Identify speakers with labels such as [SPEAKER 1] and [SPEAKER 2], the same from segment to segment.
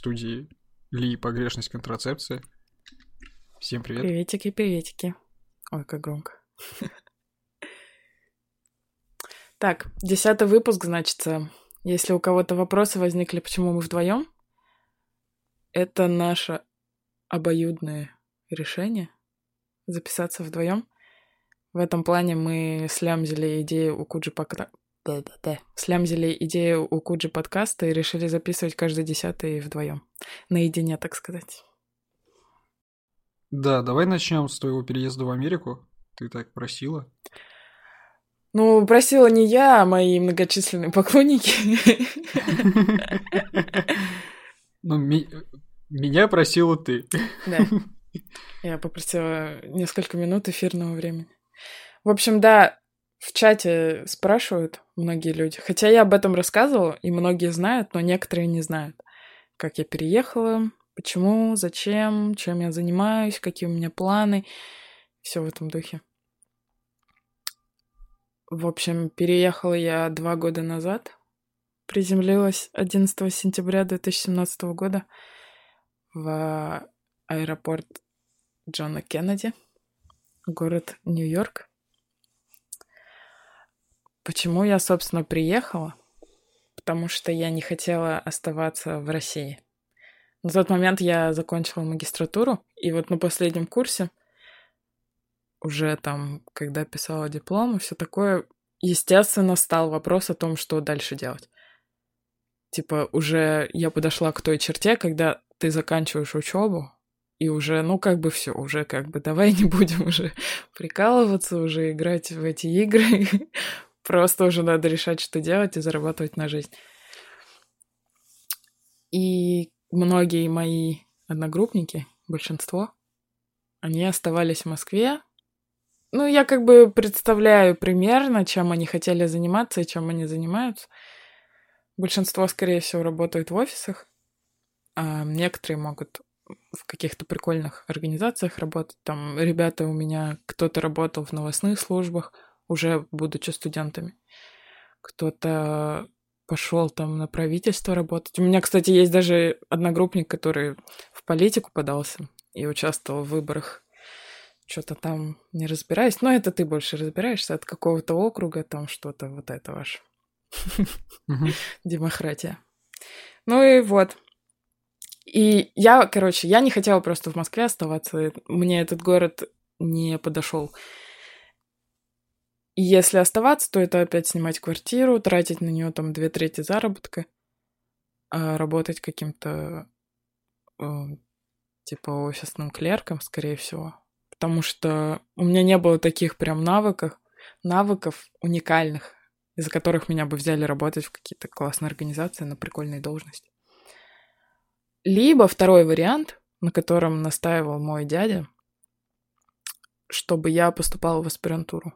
[SPEAKER 1] студии Ли «Погрешность контрацепции». Всем привет.
[SPEAKER 2] Приветики, приветики. Ой, как громко. Так, 10-й выпуск, значит, если у кого-то вопросы возникли, почему мы вдвоем, это наше обоюдное решение записаться вдвоем. В этом плане мы слямзили идею у Куджи подкаста и решили записывать каждый 10-й вдвоем. Наедине, так сказать.
[SPEAKER 1] Да, давай начнем с твоего переезда в Америку. Ты так просила.
[SPEAKER 2] Ну, просила не я, а мои многочисленные поклонники.
[SPEAKER 1] Ну, меня просила ты.
[SPEAKER 2] Да. Я попросила несколько минут эфирного времени. В общем, да, в чате спрашивают многие люди. Хотя я об этом рассказывала, и многие знают, но некоторые не знают. Как я переехала, почему, зачем, чем я занимаюсь, какие у меня планы. Все в этом духе. В общем, переехала я 2 года назад. Приземлилась 11 сентября 2017 года в аэропорт Джона Кеннеди, город Нью-Йорк. Почему я, собственно, приехала? Потому что я не хотела оставаться в России. На тот момент я закончила магистратуру, и вот на последнем курсе, уже там, когда писала диплом и все такое, естественно, стал вопрос о том, что дальше делать. Типа, уже я подошла к той черте, когда ты заканчиваешь учебу, и уже, ну, как бы все, уже как бы давай не будем уже прикалываться, уже играть в эти игры. Просто уже надо решать, что делать, и зарабатывать на жизнь. И многие мои одногруппники, большинство, они оставались в Москве. Ну, я как бы представляю примерно, чем они хотели заниматься и чем они занимаются. Большинство, скорее всего, работают в офисах, а некоторые могут в каких-то прикольных организациях работать. Там ребята у меня, кто-то работал в новостных службах, уже будучи студентами. Кто-то пошел там на правительство работать. У меня, кстати, есть даже одногруппник, который в политику подался и участвовал в выборах. Что-то там не разбираюсь. Но это ты больше разбираешься. От какого-то округа там что-то вот это ваше. Демократия. Ну и вот. И я, короче, я не хотела просто в Москве оставаться. Мне этот город не подошел. И если оставаться, то это опять снимать квартиру, тратить на нее там 2/3 заработка, а работать каким-то типа офисным клерком, скорее всего. Потому что у меня не было таких прям навыков уникальных, из-за которых меня бы взяли работать в какие-то классные организации на прикольные должности. Либо второй вариант, на котором настаивал мой дядя, чтобы я поступала в аспирантуру.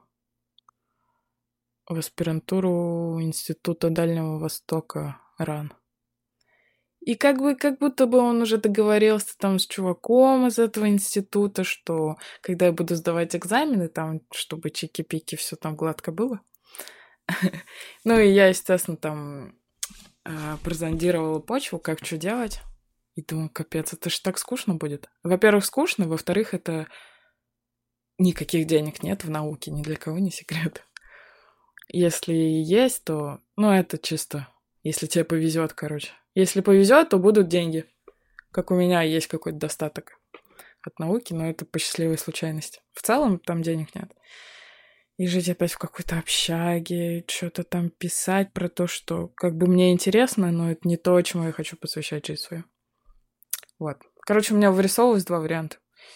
[SPEAKER 2] В аспирантуру Института Дальнего Востока РАН. И как будто бы он уже договорился там с чуваком из этого института, что когда я буду сдавать экзамены, там, чтобы чики-пики, все там гладко было. Ну и я, естественно, там прозондировала почву, как что делать. И думаю, капец, это ж так скучно будет. Во-первых, скучно, во-вторых, это никаких денег нет в науке, ни для кого не секрет. Если есть, то, ну, это чисто, если тебе повезет, короче. Если повезет, то будут деньги. Как у меня есть какой-то достаток от науки, но это по счастливой случайности. В целом там денег нет. И жить опять в какой-то общаге, что-то там писать про то, что как бы мне интересно, но это не то, чему я хочу посвящать жизнь свою. Вот. Короче, у меня вырисовывалось 2 варианта.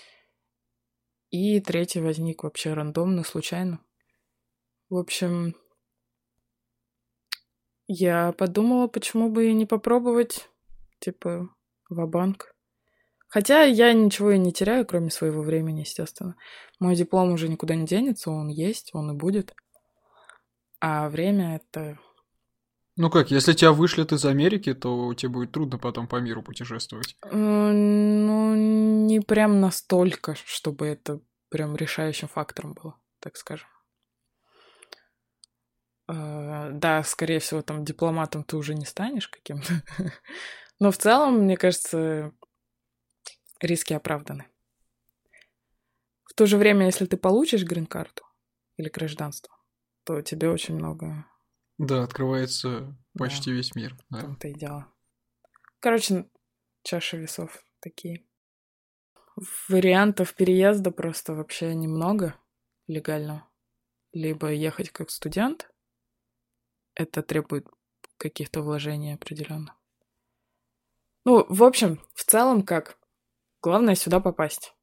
[SPEAKER 2] И третий возник вообще рандомно, случайно. В общем, я подумала, почему бы и не попробовать, типа, ва-банк. Хотя я ничего и не теряю, кроме своего времени, естественно. Мой диплом уже никуда не денется, он есть, он и будет. А время это...
[SPEAKER 1] Ну как, если тебя вышлют из Америки, то тебе будет трудно потом по миру путешествовать.
[SPEAKER 2] Ну, не прям настолько, чтобы это прям решающим фактором было, так скажем. Да, скорее всего, там дипломатом ты уже не станешь каким-то. Но в целом, мне кажется, риски оправданы. В то же время, если ты получишь грин-карту или гражданство, то тебе очень много...
[SPEAKER 1] Да, открывается
[SPEAKER 2] Да,
[SPEAKER 1] почти весь мир.
[SPEAKER 2] в
[SPEAKER 1] Да.
[SPEAKER 2] том-то и дело. Короче, чаша весов такие. Вариантов переезда просто вообще немного легального. Либо ехать как студент, это требует каких-то вложений определенных. Ну, в общем, в целом как? Главное сюда попасть.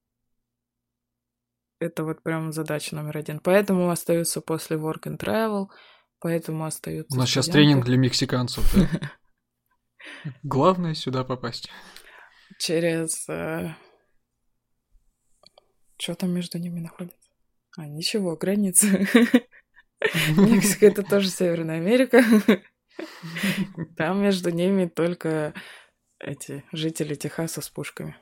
[SPEAKER 2] Это вот прям задача номер один. Поэтому остаются после work and travel, поэтому
[SPEAKER 1] У
[SPEAKER 2] остаются
[SPEAKER 1] нас сейчас
[SPEAKER 2] студенты.
[SPEAKER 1] тренинг для мексиканцев, да? Главное сюда попасть.
[SPEAKER 2] Через... Что там между ними находится? Ничего, граница. Мексика — это тоже Северная Америка. Там между ними только эти жители Техаса с пушками.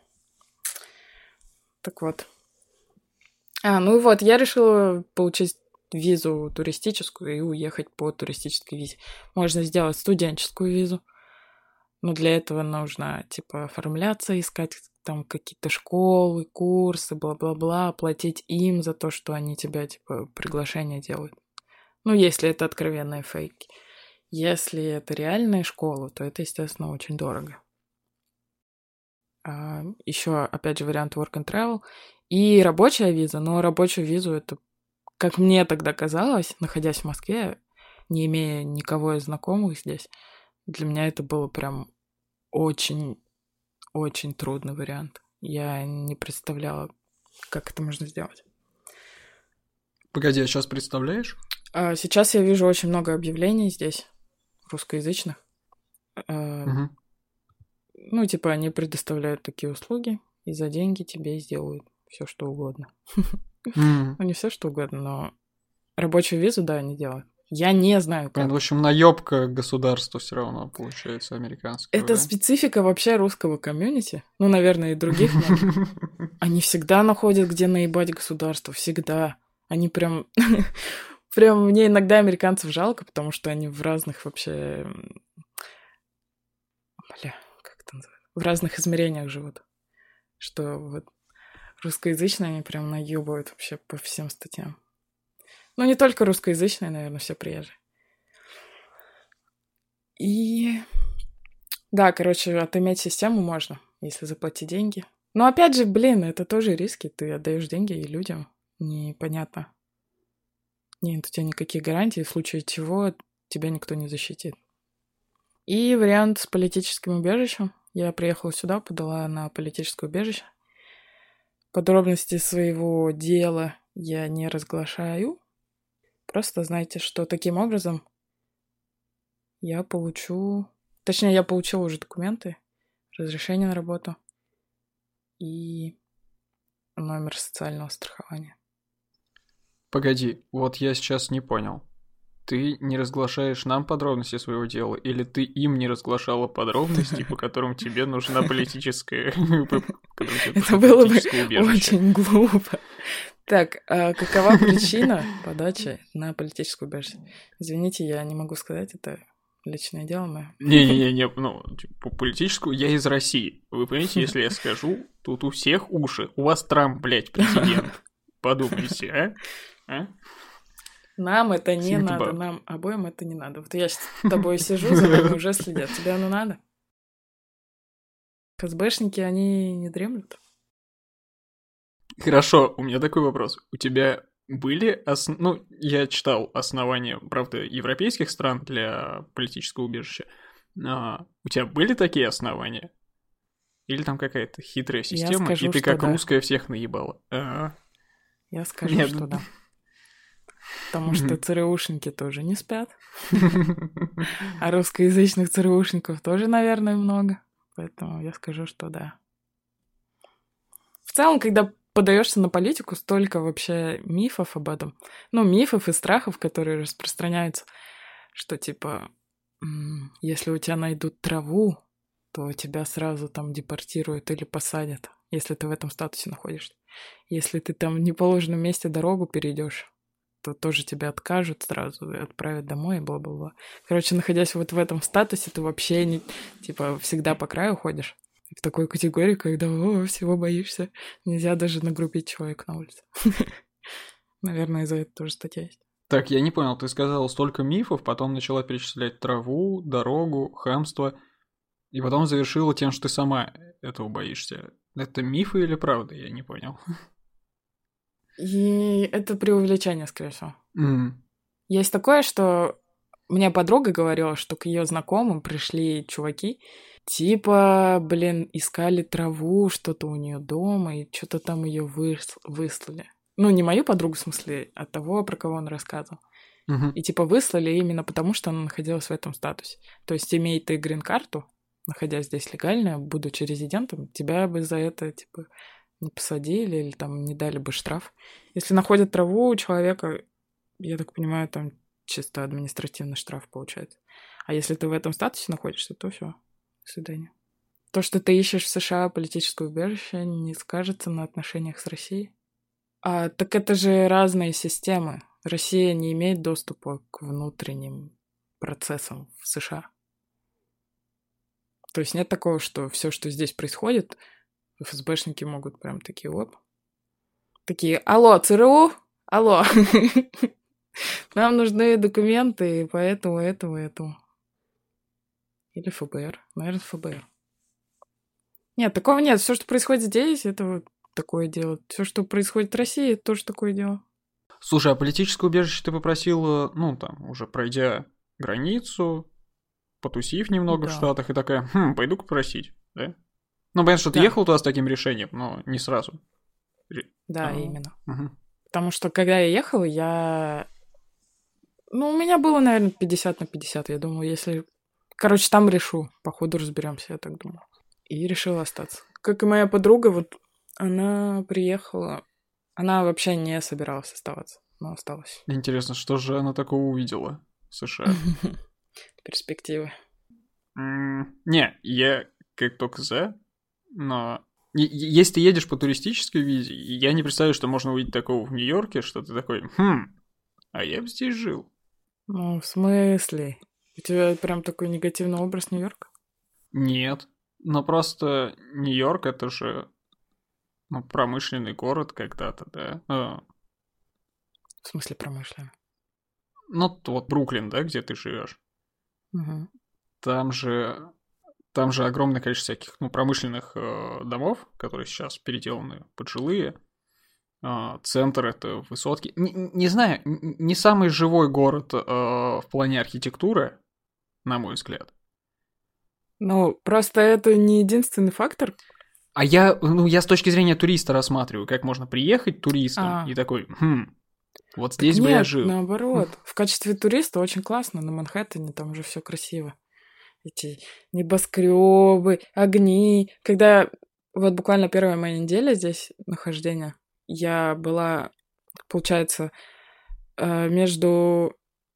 [SPEAKER 2] Так вот. Ну и вот, я решила получить визу туристическую и уехать по туристической визе. Можно сделать студенческую визу, но для этого нужно, типа, оформляться, искать там какие-то школы, курсы, бла-бла-бла, платить им за то, что они тебя, типа, приглашение делают. Ну, если это откровенные фейки. Если это реальная школа, то это, естественно, очень дорого. Еще, опять же, вариант work and travel. И рабочая виза, но рабочую визу это, как мне тогда казалось, находясь в Москве, не имея никого из знакомых здесь, для меня это было прям очень трудный вариант. Я не представляла, как это можно сделать.
[SPEAKER 1] Погоди, а сейчас представляешь?
[SPEAKER 2] Сейчас я вижу очень много объявлений здесь, русскоязычных.
[SPEAKER 1] Угу.
[SPEAKER 2] Ну, типа, они предоставляют такие услуги, и за деньги тебе сделают все что угодно. Ну, не все что угодно, но рабочую визу, да, они делают. Я не знаю, как.
[SPEAKER 1] В общем, наебка государства все равно получается американского.
[SPEAKER 2] Это
[SPEAKER 1] да?
[SPEAKER 2] специфика вообще русского комьюнити. Ну, наверное, и других многих. Они всегда находят, где наебать государство. Всегда. Они прям... Прям мне иногда американцев жалко, потому что они в разных вообще... как это называется? В разных измерениях живут. Что вот русскоязычные они прям наебывают вообще по всем статьям. Ну, не только русскоязычные, наверное, все приезжие. И... Да, короче, отыметь систему можно, если заплатить деньги. Но опять же, блин, это тоже риски. Ты отдаешь деньги и людям. Непонятно. Нет у тебя никаких гарантий, в случае чего тебя никто не защитит. И вариант с политическим убежищем. Я приехала сюда, подала на политическое убежище. Подробности своего дела я не разглашаю. Просто знайте, что таким образом я получу... Точнее, я получила уже документы, разрешение на работу и номер социального страхования.
[SPEAKER 1] Погоди, вот я сейчас не понял. Ты не разглашаешь нам подробности своего дела, или ты им не разглашала подробности, по которым тебе нужна политическая...
[SPEAKER 2] Это было бы очень глупо. Так, какова причина подачи на политическое убежище? Извините, я не могу сказать, это личное дело мое.
[SPEAKER 1] Не-не-не, ну, по политическую я из России. Вы понимаете, если я скажу, тут у всех уши. У вас Трамп, блядь, президент. Подумайте, а?
[SPEAKER 2] Нам это не надо, нам обоим это не надо. Вот я сейчас с тобой сижу, за нами уже следят. Тебе оно надо? ФСБшники, они не дремлют?
[SPEAKER 1] Хорошо, у меня такой вопрос. У тебя были... Ну, я читал основания, правда, европейских стран для политического убежища. У тебя были такие основания? Или там какая-то хитрая система,
[SPEAKER 2] скажу,
[SPEAKER 1] и ты
[SPEAKER 2] что
[SPEAKER 1] как
[SPEAKER 2] да.
[SPEAKER 1] русская всех наебала?
[SPEAKER 2] Я скажу, что да. Потому что ЦРУшники тоже не спят. А русскоязычных ЦРУшников тоже, наверное, много. Поэтому я скажу, что да. В целом, когда подаешься на политику, столько вообще мифов об этом. Ну, мифов и страхов, которые распространяются, что типа, если у тебя найдут траву, то тебя сразу там депортируют или посадят, если ты в этом статусе находишься. Если ты там в неположенном месте дорогу перейдешь, что тоже тебя откажут сразу и отправят домой и бла-бла-бла. Короче, находясь вот в этом статусе, ты вообще не, типа, всегда по краю ходишь. В такой категории, когда всего боишься. Нельзя даже нагрубить человека на улице. Наверное, из-за этого тоже статья есть.
[SPEAKER 1] Так, я не понял, ты сказал столько мифов, потом начала перечислять траву, дорогу, хамство, и потом завершила тем, что ты сама этого боишься. Это мифы или правда? Я не понял.
[SPEAKER 2] И это преувеличение, скорее всего.
[SPEAKER 1] Mm.
[SPEAKER 2] Есть такое, что мне подруга говорила, что к ее знакомым пришли чуваки, типа, искали траву, что-то у нее дома, и что-то там ее выслали. Ну, не мою подругу, в смысле, а того, про кого он рассказывал.
[SPEAKER 1] Mm-hmm.
[SPEAKER 2] И, типа, выслали именно потому, что она находилась в этом статусе. То есть, имея ты грин-карту, находясь здесь легально, будучи резидентом, тебя бы за это, типа, не посадили или там не дали бы штраф. Если находят траву у человека, я так понимаю, там чисто административный штраф получается. А если ты в этом статусе находишься, то все, до свидания. То, что ты ищешь в США политическое убежище, не скажется на отношениях с Россией. Так это же разные системы. Россия не имеет доступа к внутренним процессам в США. То есть нет такого, что все, что здесь происходит, ФСБшники могут прям такие, такие, алло, ЦРУ, алло, нам нужны документы, поэтому этому. Или ФБР, наверное, ФБР. Нет, такого нет. Все, что происходит здесь, это вот такое дело. Все, что происходит в России, это тоже такое дело.
[SPEAKER 1] Слушай, а политическое убежище ты попросила, ну, там, уже пройдя границу, потусив немного в Штатах, и такая, пойду-ка просить, да? Ну, понятно, что ты ехал туда с таким решением, но не сразу.
[SPEAKER 2] Да, именно. Угу. Потому что, когда я ехала, у меня было, наверное, 50 на 50. Я думала, если... Короче, там решу. По ходу разберемся, я так думала. И решила остаться. Как и моя подруга, вот она приехала... Она вообще не собиралась оставаться, но осталась.
[SPEAKER 1] Интересно, что же она такого увидела в США?
[SPEAKER 2] Перспективы.
[SPEAKER 1] Не, я как только за, но... Если ты едешь по туристической визе, я не представляю, что можно увидеть такого в Нью-Йорке, что ты такой, а я бы здесь жил.
[SPEAKER 2] Ну, в смысле? У тебя прям такой негативный образ Нью-Йорка?
[SPEAKER 1] Нет, но просто Нью-Йорк — это же промышленный город когда-то, да?
[SPEAKER 2] В смысле промышленный?
[SPEAKER 1] Ну, вот Бруклин, да, где ты живешь.
[SPEAKER 2] Угу.
[SPEAKER 1] Там же огромное количество всяких, промышленных домов, которые сейчас переделаны под жилые. Центр — это высотки. Не знаю, не самый живой город в плане архитектуры, на мой взгляд.
[SPEAKER 2] Ну, просто это не единственный фактор.
[SPEAKER 1] А я с точки зрения туриста рассматриваю, как можно приехать туристом и такой, вот здесь
[SPEAKER 2] так
[SPEAKER 1] бы я жил.
[SPEAKER 2] Наоборот, в качестве туриста очень классно, на Манхэттене там уже все красиво. Эти небоскребы, огни. Когда вот буквально первая моя неделя здесь нахождения, я была, получается, между...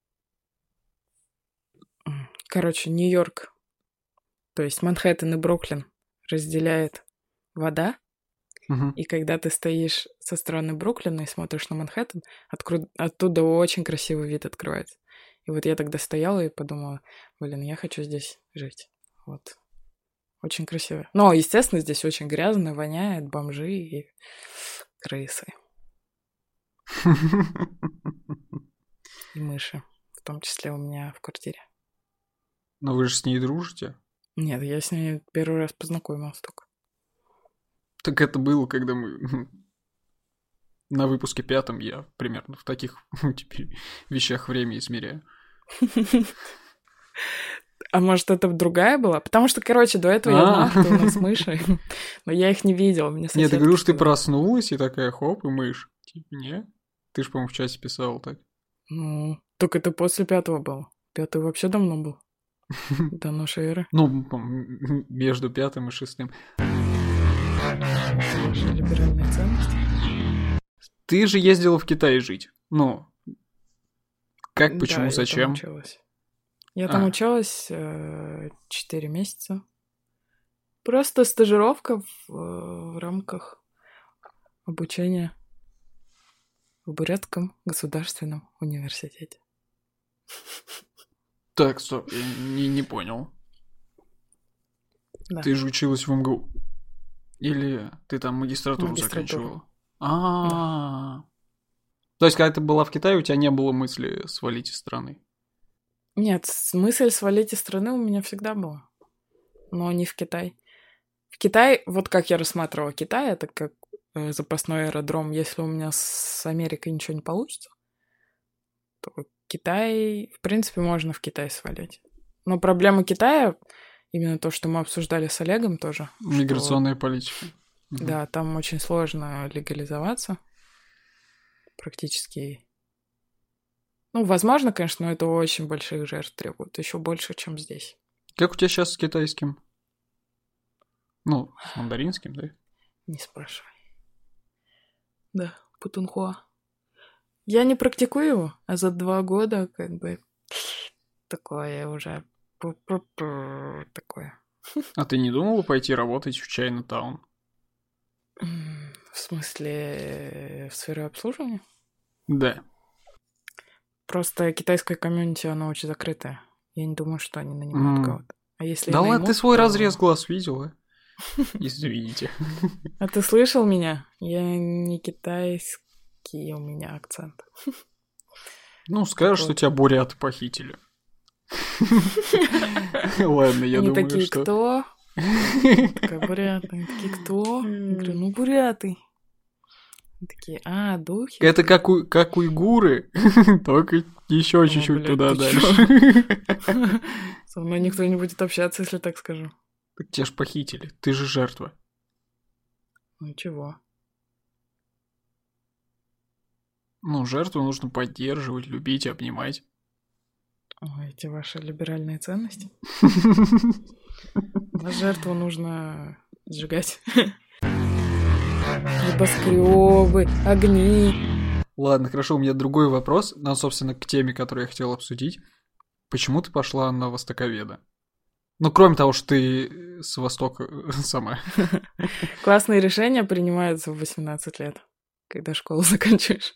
[SPEAKER 2] Короче, Нью-Йорк, то есть Манхэттен и Бруклин разделяет вода. И когда ты стоишь со стороны Бруклина и смотришь на Манхэттен, оттуда очень красивый вид открывается. И вот я тогда стояла и подумала, я хочу здесь жить. Вот. Очень красиво. Но, естественно, здесь очень грязно, воняет, бомжи и крысы. И мыши. В том числе у меня в квартире.
[SPEAKER 1] Но вы же с ней дружите?
[SPEAKER 2] Нет, я с ней первый раз познакомилась только.
[SPEAKER 1] Так это было, когда мы на выпуске 5 я примерно в таких теперь вещах время измеряю.
[SPEAKER 2] А может, это другая была? Потому что, короче, до этого я знала, что у нас мыши, но я их не видела.
[SPEAKER 1] Нет, ты говорю, что ты проснулась и такая, хоп, и мышь. Типа, не? Ты же, по-моему, в чате писала так.
[SPEAKER 2] Ну, только это после 5 было. 5 вообще давно был. До нашей эры.
[SPEAKER 1] Ну, между 5 и 6.
[SPEAKER 2] Либеральные ценности.
[SPEAKER 1] Ты же ездила в Китай жить. Ну, как, почему,
[SPEAKER 2] да,
[SPEAKER 1] зачем?
[SPEAKER 2] Я там училась 4 месяца. Просто стажировка в рамках обучения. в Бурятском государственном университете.
[SPEAKER 1] Так, стоп, я не понял.
[SPEAKER 2] Да.
[SPEAKER 1] Ты же училась в МГУ? Или ты там магистратуру заканчивала? А-а-а. То есть, когда ты была в Китае, у тебя не было мысли свалить из страны?
[SPEAKER 2] Нет, мысль свалить из страны у меня всегда была. Но не в Китай. В Китай, вот как я рассматривала Китай, это как запасной аэродром. Если у меня с Америкой ничего не получится, то Китай, в принципе, можно в Китай свалить. Но проблема Китая, именно то, что мы обсуждали с Олегом тоже.
[SPEAKER 1] Миграционная политика.
[SPEAKER 2] Да, там очень сложно легализоваться. Практически. Ну, возможно, конечно, но это очень больших жертв требует. Еще больше, чем здесь.
[SPEAKER 1] Как у тебя сейчас с китайским? Ну, с мандаринским, да?
[SPEAKER 2] Не спрашивай. Да, путунхуа. Я не практикую его, а за 2 года как бы такое уже... Такое.
[SPEAKER 1] А ты не думала пойти работать в Чайна-таун?
[SPEAKER 2] В смысле, в сфере обслуживания?
[SPEAKER 1] Да.
[SPEAKER 2] Просто китайское комьюнити, оно очень закрытое. Я не думаю, что они нанимают кого-то. А если
[SPEAKER 1] да ладно, ты свой
[SPEAKER 2] то...
[SPEAKER 1] разрез глаз видела? Извините.
[SPEAKER 2] А ты слышал меня? Я не китайский, у меня акцент.
[SPEAKER 1] Ну, скажешь, что тебя буряты похитили. Ладно, я думаю,
[SPEAKER 2] такие,
[SPEAKER 1] что...
[SPEAKER 2] кто? Такая, буряты. Они такие, кто? Я говорю, ну, буряты. Они такие, духи.
[SPEAKER 1] Это как уйгуры, только еще чуть-чуть туда дальше.
[SPEAKER 2] Со мной никто не будет общаться, если так скажу.
[SPEAKER 1] Так тебя ж похитили, ты же жертва.
[SPEAKER 2] Ну, чего?
[SPEAKER 1] Ну, жертву нужно поддерживать, любить, обнимать.
[SPEAKER 2] Ой, эти ваши либеральные ценности. На жертву нужно сжигать. Небоскребы, огни.
[SPEAKER 1] Ладно, хорошо, у меня другой вопрос, но, собственно, к теме, которую я хотел обсудить. Почему ты пошла на востоковеда? Ну, кроме того, что ты с Востока сама.
[SPEAKER 2] Классные решения принимаются в 18 лет, когда школу заканчиваешь.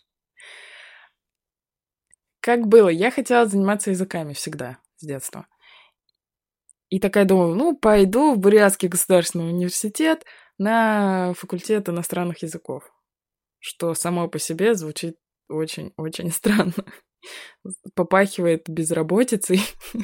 [SPEAKER 2] Как было? Я хотела заниматься языками всегда, с детства. И такая думаю, ну, пойду в Бурятский государственный университет на факультет иностранных языков. Что само по себе звучит очень-очень странно. Попахивает безработицей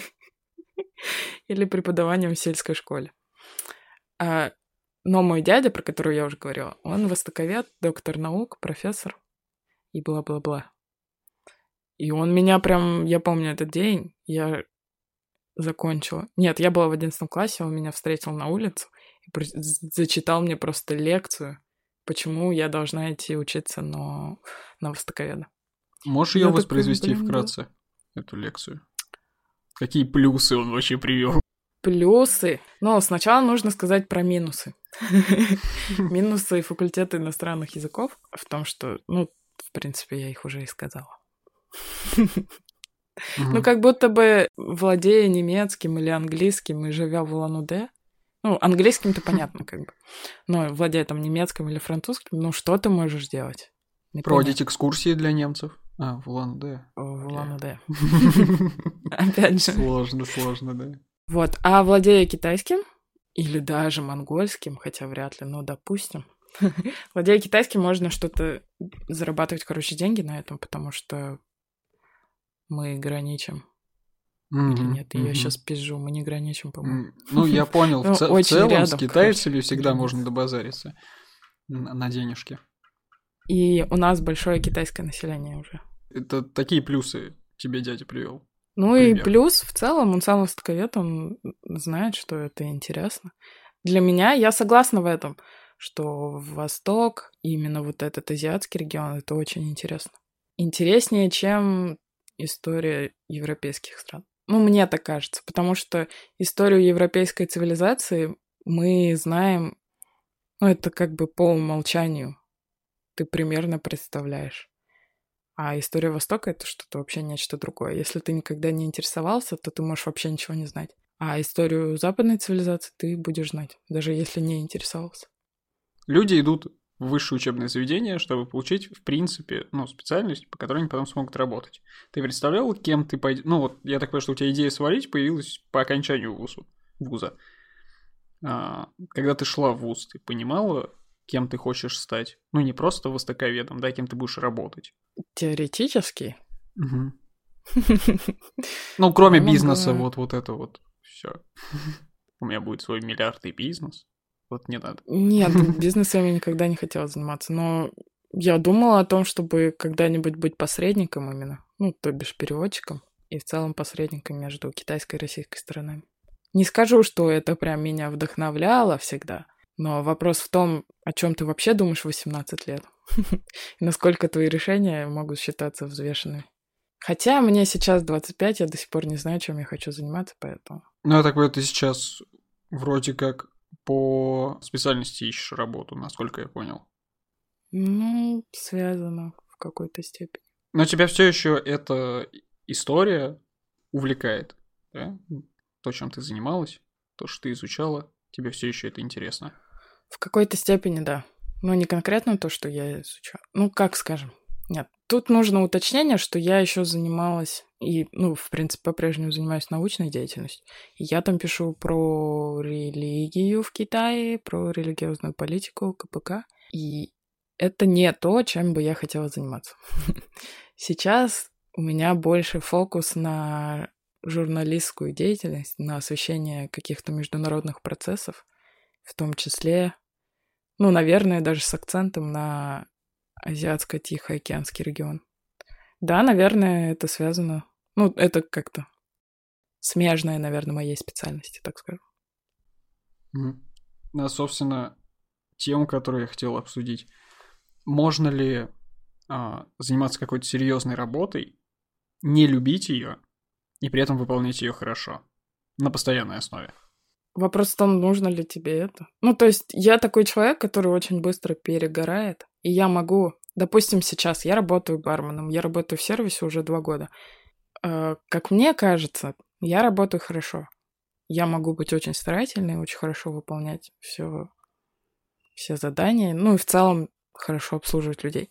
[SPEAKER 2] или преподаванием в сельской школе. Но мой дядя, про которого я уже говорила, он востоковед, доктор наук, профессор и бла-бла-бла. И он меня прям, я помню этот день, я закончила. Нет, я была в 11 классе, он меня встретил на улице и зачитал мне просто лекцию, почему я должна идти учиться на востоковеда.
[SPEAKER 1] Можешь ее воспроизвести вкратце, эту лекцию? Какие плюсы он вообще привел?
[SPEAKER 2] Плюсы? Ну, сначала нужно сказать про минусы. Минусы факультета иностранных языков в том, что, ну, в принципе, я их уже и сказала. Ну, как будто бы, владея немецким или английским и живя в Улан-Удэ, ну, английским-то понятно, как бы, но владея там немецким или французским, ну, что ты можешь делать?
[SPEAKER 1] Проводить экскурсии для немцев? В Улан-Удэ.
[SPEAKER 2] В Улан-Удэ. Опять же.
[SPEAKER 1] Сложно, да.
[SPEAKER 2] Вот, а владея китайским или даже монгольским, хотя вряд ли, но допустим, владея китайским, можно что-то зарабатывать, короче, деньги на этом, потому что мы граничим. Или нет, я сейчас пизжу, мы не граничим, по-моему.
[SPEAKER 1] Ну, я понял, в целом с китайцами всегда можно добазариться на денежки.
[SPEAKER 2] И у нас большое китайское население уже.
[SPEAKER 1] Это такие плюсы тебе дядя привел.
[SPEAKER 2] Ну и плюс, в целом, он сам востоковед, он знает, что это интересно. Для меня, я согласна в этом, что Восток, именно вот этот азиатский регион, это очень интересно. Интереснее, чем история европейских стран. Ну, мне так кажется, потому что историю европейской цивилизации мы знаем, ну, это как бы по умолчанию. Ты примерно представляешь. А история Востока — это что-то вообще нечто другое. Если ты никогда не интересовался, то ты можешь вообще ничего не знать. А историю западной цивилизации ты будешь знать, даже если не интересовался.
[SPEAKER 1] Люди идут в высшее учебное заведение, чтобы получить, в принципе, ну, специальность, по которой они потом смогут работать. Ты представлял, кем ты пойдешь? Ну, вот я так понимаю, что у тебя идея свалить появилась по окончанию вуза. Когда ты шла в вуз, ты понимала, кем ты хочешь стать? Ну, не просто востоковедом, да, кем ты будешь работать.
[SPEAKER 2] Теоретически.
[SPEAKER 1] Угу. Ну, кроме бизнеса, вот это вот все. У меня будет свой миллиардный бизнес. Вот не надо.
[SPEAKER 2] Нет, бизнесом я никогда не хотела заниматься, но я думала о том, чтобы когда-нибудь быть посредником именно, ну, то бишь переводчиком, и в целом посредником между китайской и российской сторонами. Не скажу, что это прям меня вдохновляло всегда, но вопрос в том, о чем ты вообще думаешь в 18 лет, и насколько твои решения могут считаться взвешенными. Хотя мне сейчас 25, я до сих пор не знаю, чем я хочу заниматься, поэтому...
[SPEAKER 1] Ну, я так понимаю, ты сейчас вроде как по специальности ищешь работу, насколько я понял.
[SPEAKER 2] Ну, связано в какой-то степени.
[SPEAKER 1] Но тебя все еще эта история увлекает, да? То, чем ты занималась, то, что ты изучала, тебе все еще это интересно.
[SPEAKER 2] В какой-то степени, да. Но не конкретно то, что я изучала. Ну, как скажем. Нет. Тут нужно уточнение, что я еще занималась и, ну, в принципе, по-прежнему занимаюсь научной деятельностью. И я там пишу про религию в Китае, про религиозную политику, КПК. И это не то, чем бы я хотела заниматься. Сейчас у меня больше фокус на журналистскую деятельность, на освещение каких-то международных процессов, в том числе, ну, наверное, даже с акцентом на Азиатско-Тихоокеанский регион. Да, наверное, это связано, ну, это как-то смежное, наверное, моей специальности, так скажем.
[SPEAKER 1] Ну, собственно, тему, которую я хотел обсудить. Можно ли заниматься какой-то серьезной работой, не любить ее и при этом выполнять ее хорошо на постоянной основе?
[SPEAKER 2] Вопрос в том, нужно ли тебе это. Ну, то есть я такой человек, который очень быстро перегорает, и я могу... Допустим, сейчас я работаю барменом, я работаю в сервисе уже 2 года. Как мне кажется, я работаю хорошо. Я могу быть очень старательной, очень хорошо выполнять все задания, ну и в целом хорошо обслуживать людей.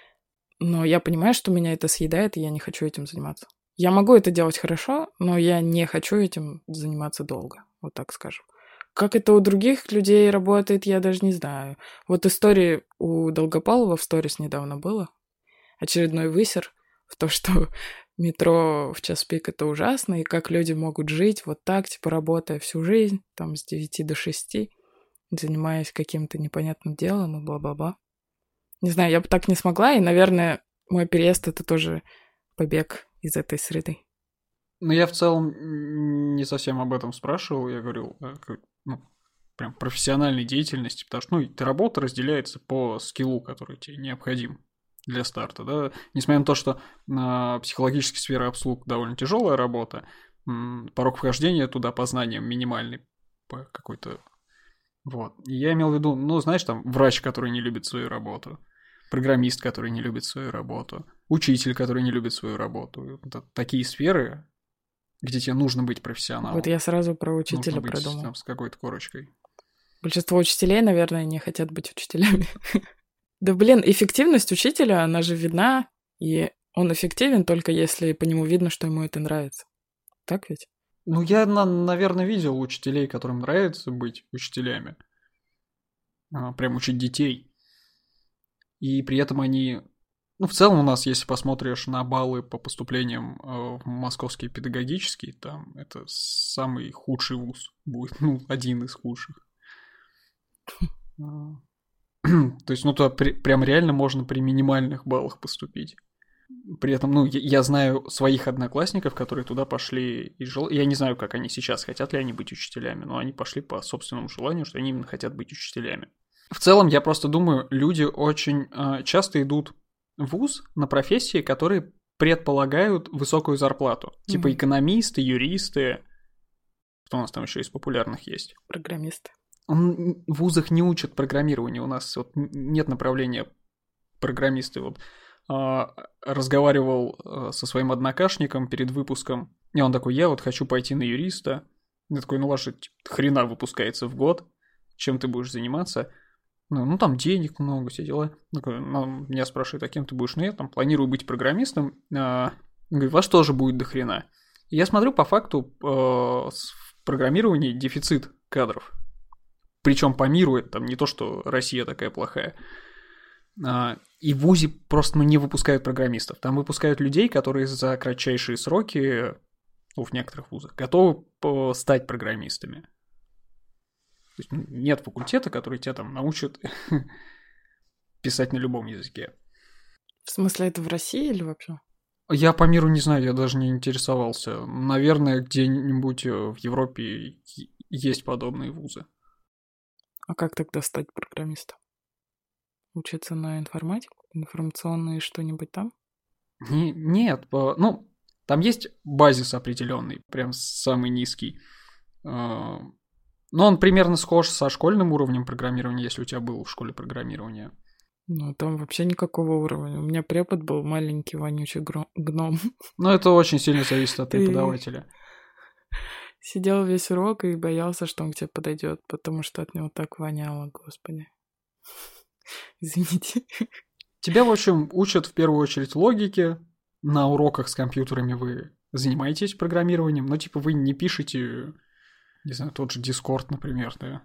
[SPEAKER 2] Но я понимаю, что меня это съедает, и я не хочу этим заниматься. Я могу это делать хорошо, но я не хочу этим заниматься долго, вот так скажем. Как это у других людей работает, я даже не знаю. Вот история у Долгополова в сторис недавно было. Очередной высер в то, что метро в час пик — это ужасно, и как люди могут жить вот так, типа работая всю жизнь, там с 9 до 6, занимаясь каким-то непонятным делом и бла-бла-бла. Не знаю, я бы так не смогла, и, наверное, мой переезд — это тоже побег из этой среды.
[SPEAKER 1] Ну, я в целом не совсем об этом спрашивал, я говорил, ну, прям профессиональной деятельности, потому что, ну, работа разделяется по скиллу, который тебе необходим для старта, да, несмотря на то, что психологическая сфера обслуг довольно тяжелая работа, порог вхождения туда по знаниям минимальный по какой-то, вот, и я имел в виду, ну, знаешь, там, врач, который не любит свою работу, программист, который не любит свою работу, учитель, который не любит свою работу, это такие сферы, где тебе нужно быть профессионалом.
[SPEAKER 2] Вот я сразу про учителя
[SPEAKER 1] нужно быть
[SPEAKER 2] продумал.
[SPEAKER 1] Там, с какой-то корочкой.
[SPEAKER 2] Большинство учителей, наверное, не хотят быть учителями. Да блин, эффективность учителя, она же видна, и он эффективен только если по нему видно, что ему это нравится. Так ведь?
[SPEAKER 1] Ну, я, наверное, видел учителей, которым нравится быть учителями. Прям учить детей. И при этом они... Ну, в целом у нас, если посмотришь на баллы по поступлениям в Московский педагогический, там это самый худший вуз будет, ну, один из худших. То есть, ну, туда прям реально можно при минимальных баллах поступить. При этом, ну, я знаю своих одноклассников, которые туда пошли и я не знаю, как они сейчас, хотят ли они быть учителями, но они пошли по собственному желанию, что они именно хотят быть учителями. В целом, я просто думаю, люди очень часто идут в вуз на профессии, которые предполагают высокую зарплату. Типа экономисты, юристы. Что у нас там еще из популярных есть?
[SPEAKER 2] Программисты.
[SPEAKER 1] В вузах не учат программированию. У нас вот нет направления программисты. Вот разговаривал со своим однокашником перед выпуском, и он такой, я вот хочу пойти на юриста. Я такой, ну, ваша хрена выпускается в год, чем ты будешь заниматься? Ну, там денег много, все дела. Меня спрашивают, а кем ты будешь? Ну, я там планирую быть программистом. Говорю, вас тоже будет до хрена. И я смотрю, по факту, в программировании дефицит кадров. Причем по миру, это там не то, что Россия такая плохая. И в ВУЗе просто не выпускают программистов. Там выпускают людей, которые за кратчайшие сроки, в некоторых вузах, готовы стать программистами. То есть нет факультета, который тебя там научит писать на любом языке.
[SPEAKER 2] В смысле, это в России или вообще?
[SPEAKER 1] Я по миру не знаю, я даже не интересовался. Наверное, где-нибудь в Европе есть подобные вузы.
[SPEAKER 2] А как тогда стать программистом? Учиться на информатику? Информационное что-нибудь там?
[SPEAKER 1] Нет, там есть базис определенный, прям самый низкий. Но он примерно схож со школьным уровнем программирования, если у тебя было в школе программирование.
[SPEAKER 2] Ну, там вообще никакого уровня. У меня препод был маленький вонючий гном.
[SPEAKER 1] Ну, это очень сильно зависит от преподавателя.
[SPEAKER 2] Сидел весь урок и боялся, что он к тебе подойдет, потому что от него так воняло, господи. Извините.
[SPEAKER 1] Тебя, в общем, учат в первую очередь логике. На уроках с компьютерами вы занимаетесь программированием, но типа вы не пишете, не знаю, тот же Discord, например, да.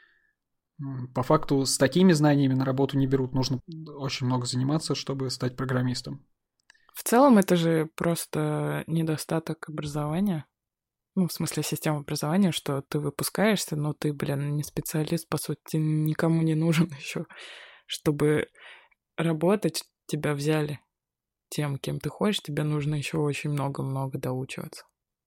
[SPEAKER 1] По факту с такими знаниями на работу не берут. Нужно очень много заниматься, чтобы стать программистом.
[SPEAKER 2] В целом это же просто недостаток образования. Ну, в смысле, системы образования, что ты выпускаешься, но ты, не специалист, по сути, никому не нужен еще. Чтобы работать, тебя взяли тем, кем ты хочешь, тебе нужно еще очень много-много доучиваться.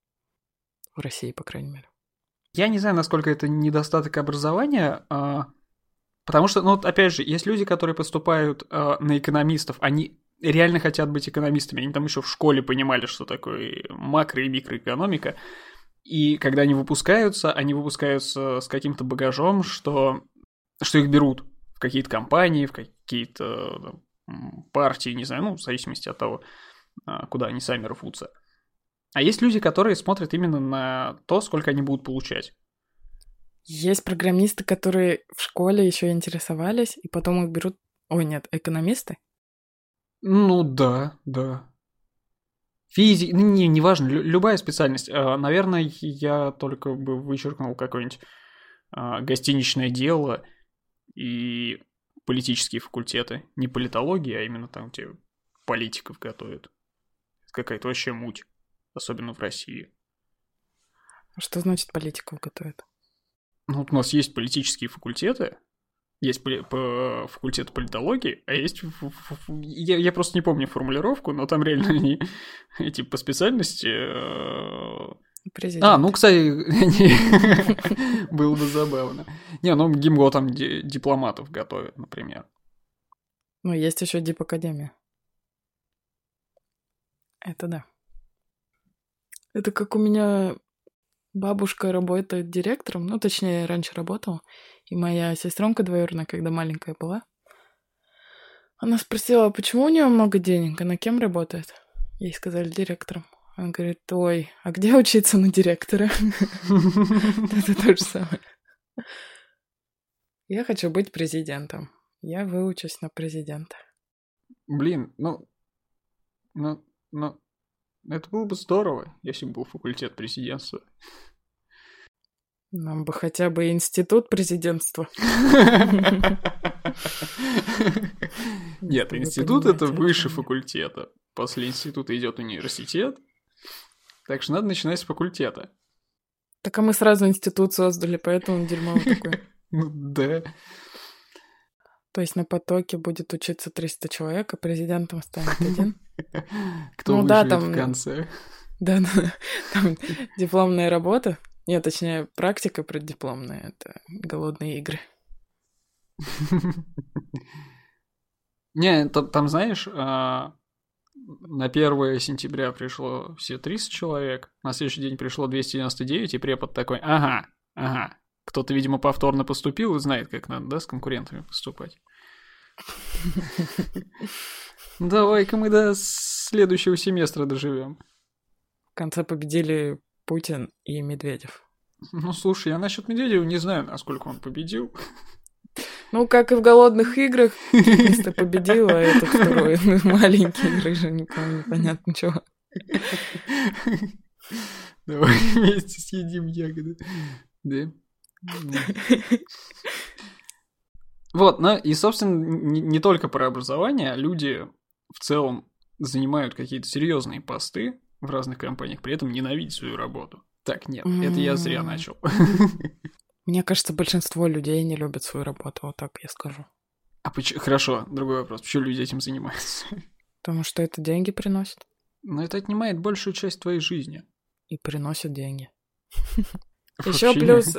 [SPEAKER 2] В России, по крайней мере.
[SPEAKER 1] Я не знаю, насколько это недостаток образования, потому что, опять же, есть люди, которые поступают на экономистов, они реально хотят быть экономистами, они там еще в школе понимали, что такое макро- и микроэкономика, и когда они выпускаются с каким-то багажом, что их берут в какие-то компании, в какие-то партии, не знаю, в зависимости от того, куда они сами рвутся. А есть люди, которые смотрят именно на то, сколько они будут получать.
[SPEAKER 2] Есть программисты, которые в школе еще интересовались, и потом их берут... Ой, нет, экономисты?
[SPEAKER 1] Ну да. Физик, неважно, любая специальность. Наверное, я только бы вычеркнул какое-нибудь гостиничное дело и политические факультеты. Не политология, а именно там, где политиков готовят. Какая-то вообще муть. Особенно в России.
[SPEAKER 2] Что значит политиков готовят?
[SPEAKER 1] У нас есть политические факультеты, есть факультет политологии, а есть... Я просто не помню формулировку, но там реально они эти по специальности...
[SPEAKER 2] Президент.
[SPEAKER 1] Кстати, было бы забавно. ГИМГО там дипломатов готовят, например.
[SPEAKER 2] Есть еще дипакадемия. Это да. Это как у меня бабушка работает директором, точнее, раньше работала, и моя сестренка двоюродная, когда маленькая была, она спросила, почему у нее много денег, она кем работает? Ей сказали директором. Она говорит, ой, а где учиться на директора? Это то же самое. Я хочу быть президентом. Я выучусь на президента.
[SPEAKER 1] Блин, это было бы здорово, если бы был факультет президентства.
[SPEAKER 2] Нам бы хотя бы институт президентства.
[SPEAKER 1] Нет, институт — это выше факультета. После института идет университет. Так что надо начинать с факультета.
[SPEAKER 2] Так а мы сразу институт создали, поэтому дерьмово такое.
[SPEAKER 1] Да.
[SPEAKER 2] То есть на потоке будет учиться 300 человек, а президентом станет один?
[SPEAKER 1] Кто выживет в конце.
[SPEAKER 2] Да, там дипломная работа. Нет, точнее, практика преддипломная. Это голодные игры.
[SPEAKER 1] Не, там, знаешь, на 1 сентября пришло все 300 человек, на следующий день пришло 299, и препод такой, ага, кто-то, видимо, повторно поступил и знает, как надо, да, с конкурентами поступать. Давай-ка мы до следующего семестра доживем.
[SPEAKER 2] В конце победили Путин и Медведев.
[SPEAKER 1] Слушай, я насчет Медведева не знаю, насколько он победил.
[SPEAKER 2] Ну, как и в «Голодных играх», ты победила, а этот второй маленький, рыжий, никому непонятно чего.
[SPEAKER 1] Давай вместе съедим ягоды. Да? Вот, ну и, собственно, не только про образование, люди в целом занимают какие-то серьезные посты в разных компаниях, при этом ненавидят свою работу. Так, нет, это я зря начал.
[SPEAKER 2] Мне кажется, большинство людей не любят свою работу, вот так я скажу.
[SPEAKER 1] Хорошо, другой вопрос. Почему люди этим занимаются?
[SPEAKER 2] Потому что это деньги приносит.
[SPEAKER 1] Но это отнимает большую часть твоей жизни.
[SPEAKER 2] И приносит деньги. Еще плюс,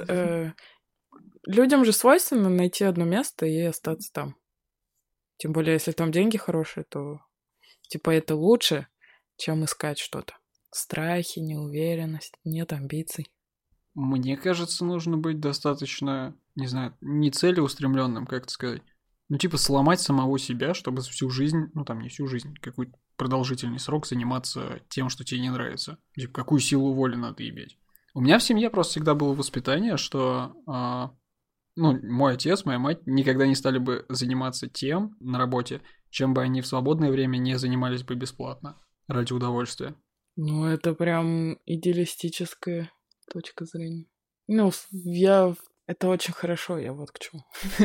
[SPEAKER 2] людям же свойственно найти одно место и остаться там. Тем более, если там деньги хорошие, то типа это лучше, чем искать что-то. Страхи, неуверенность, нет амбиций.
[SPEAKER 1] Мне кажется, нужно быть достаточно, не знаю, не целеустремленным, как это сказать. Ну, типа, сломать самого себя, чтобы всю жизнь, ну, там, не всю жизнь, какой-то продолжительный срок заниматься тем, что тебе не нравится. Типа, какую силу воли надо иметь. У меня в семье просто всегда было воспитание, что, ну, мой отец, моя мать никогда не стали бы заниматься тем на работе, чем бы они в свободное время не занимались бы бесплатно, ради удовольствия.
[SPEAKER 2] Ну, это прям идеалистическая точка зрения. Ну, это очень хорошо, я вот к чему.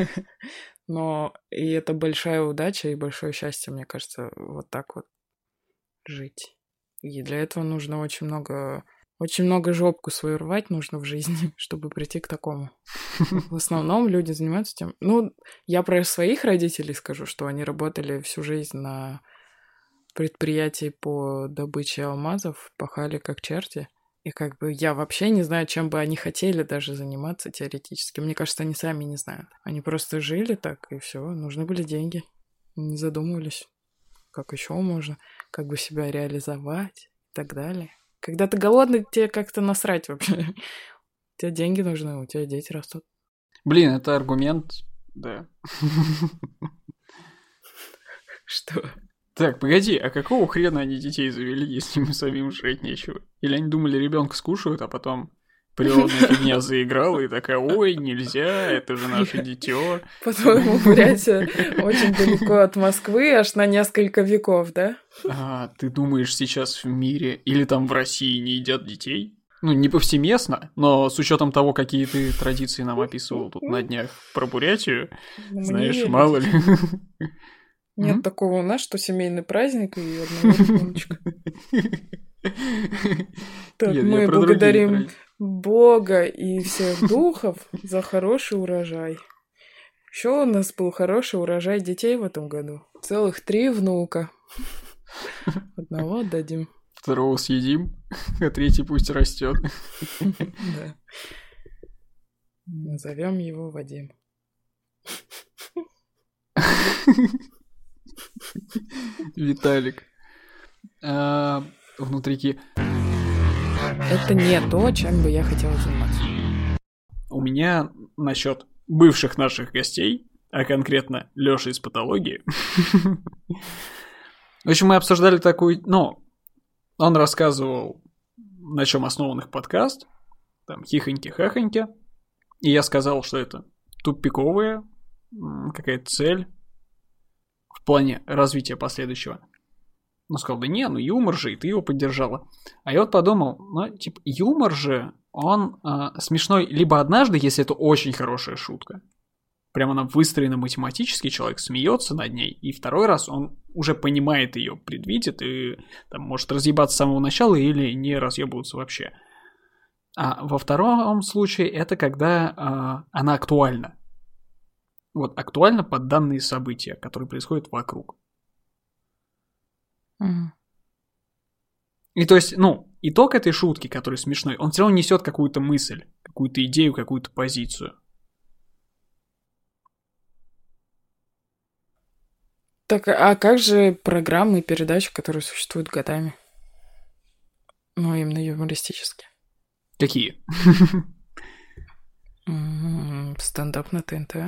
[SPEAKER 2] Но и это большая удача и большое счастье, мне кажется, вот так вот жить. И для этого нужно очень много жопку свою рвать нужно в жизни, чтобы прийти к такому. В основном люди занимаются тем... Ну, я про своих родителей скажу, что они работали всю жизнь на предприятии по добыче алмазов, пахали как черти. И как бы я вообще не знаю, чем бы они хотели даже заниматься теоретически. Мне кажется, они сами не знают. Они просто жили так, и все. Нужны были деньги. Не задумывались, как еще можно, как бы себя реализовать и так далее. Когда ты голодный, тебе как-то насрать вообще. Тебе деньги нужны, у тебя дети растут.
[SPEAKER 1] Блин, это аргумент, да.
[SPEAKER 2] Что?
[SPEAKER 1] Так, погоди, а какого хрена они детей завели, если им самим жрать нечего? Или они думали, ребенка скушают, а потом природная фигня заиграла и такая, ой, нельзя, это же наше дитё.
[SPEAKER 2] По-твоему, Бурятия очень далеко от Москвы, аж на несколько веков, да?
[SPEAKER 1] А, ты думаешь, сейчас в мире или там в России не едят детей? Ну, не повсеместно, но с учетом того, какие ты традиции нам описывал тут на днях про Бурятию, знаешь, мало ли.
[SPEAKER 2] Нет такого у нас, что семейный праздник и одного ребеночка. Так, мы благодарим Бога и всех духов за хороший урожай. Еще у нас был хороший урожай детей в этом году. Целых 3 внука. Одного отдадим.
[SPEAKER 1] Второго съедим, а третий пусть растет.
[SPEAKER 2] Да. Назовем его Вадим.
[SPEAKER 1] Виталик. Внутрики.
[SPEAKER 2] Это не то, чем бы я хотела заниматься.
[SPEAKER 1] У меня насчет бывших наших гостей, а конкретно Лёши из патологии. В общем, мы обсуждали такую... Ну, он рассказывал, на чем основан их подкаст. Там хихоньки-хахоньки. И я сказал, что это тупиковая какая-то цель в плане развития последующего. Ну, сказал, да не, ну юмор же, и ты его поддержала. А я вот подумал, ну, типа, юмор же, он смешной либо однажды, если это очень хорошая шутка. Прямо она выстроена математически, человек смеется над ней, и второй раз он уже понимает ее, предвидит, и там может разъебаться с самого начала или не разъебываться вообще. А во втором случае это когда она актуальна. Вот, актуальна под данные события, которые происходят вокруг. И то есть, ну, итог этой шутки, который смешной, он все равно несет какую-то мысль, какую-то идею, какую-то позицию.
[SPEAKER 2] Так, а как же программы и передачи, которые существуют годами? Ну, именно юмористические.
[SPEAKER 1] Какие?
[SPEAKER 2] Стендап на ТНТ.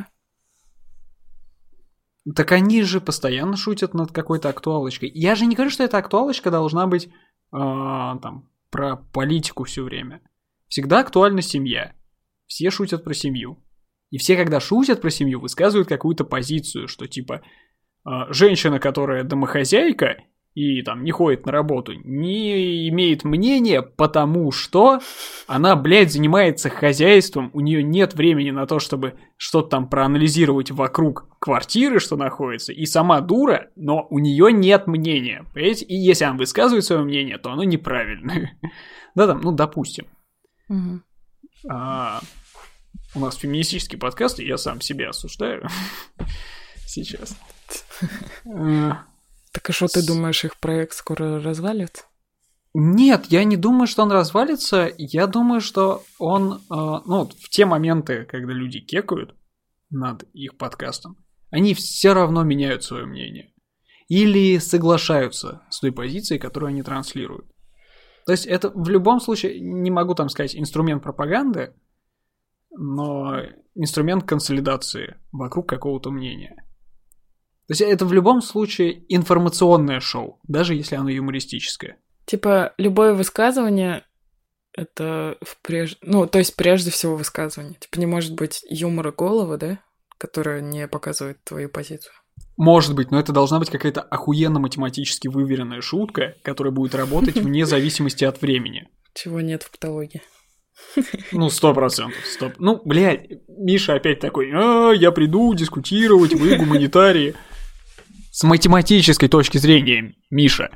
[SPEAKER 1] Так они же постоянно шутят над какой-то актуалочкой. Я же не говорю, что эта актуалочка должна быть там про политику все время. Всегда актуальна семья. Все шутят про семью. И все, когда шутят про семью, высказывают какую-то позицию, что типа женщина, которая домохозяйка и там не ходит на работу, не имеет мнения, потому что она, блядь, занимается хозяйством, у нее нет времени на то, чтобы что-то там проанализировать вокруг квартиры, что находится, и сама дура, но у нее нет мнения, понимаете? И если она высказывает свое мнение, то оно неправильное. Да, там, ну, допустим. У нас феминистический подкаст, и я сам себя осуждаю сейчас.
[SPEAKER 2] Так а что ты думаешь, их проект скоро развалится?
[SPEAKER 1] Нет, я не думаю, что он развалится. Я думаю, что он... в те моменты, когда люди кекают над их подкастом, они все равно меняют свое мнение. Или соглашаются с той позицией, которую они транслируют. То есть это в любом случае, не могу там сказать, инструмент пропаганды, но инструмент консолидации вокруг какого-то мнения. То есть это в любом случае информационное шоу, даже если оно юмористическое.
[SPEAKER 2] Типа любое высказывание это прежде всего высказывание. Типа не может быть юмора голого, да, которое не показывает твою позицию.
[SPEAKER 1] Может быть, но это должна быть какая-то охуенно математически выверенная шутка, которая будет работать вне зависимости от времени.
[SPEAKER 2] Чего нет в патологии.
[SPEAKER 1] 100%. Ну, блядь, Миша опять такой, я приду дискутировать, вы гуманитарии. С математической точки зрения, Миша.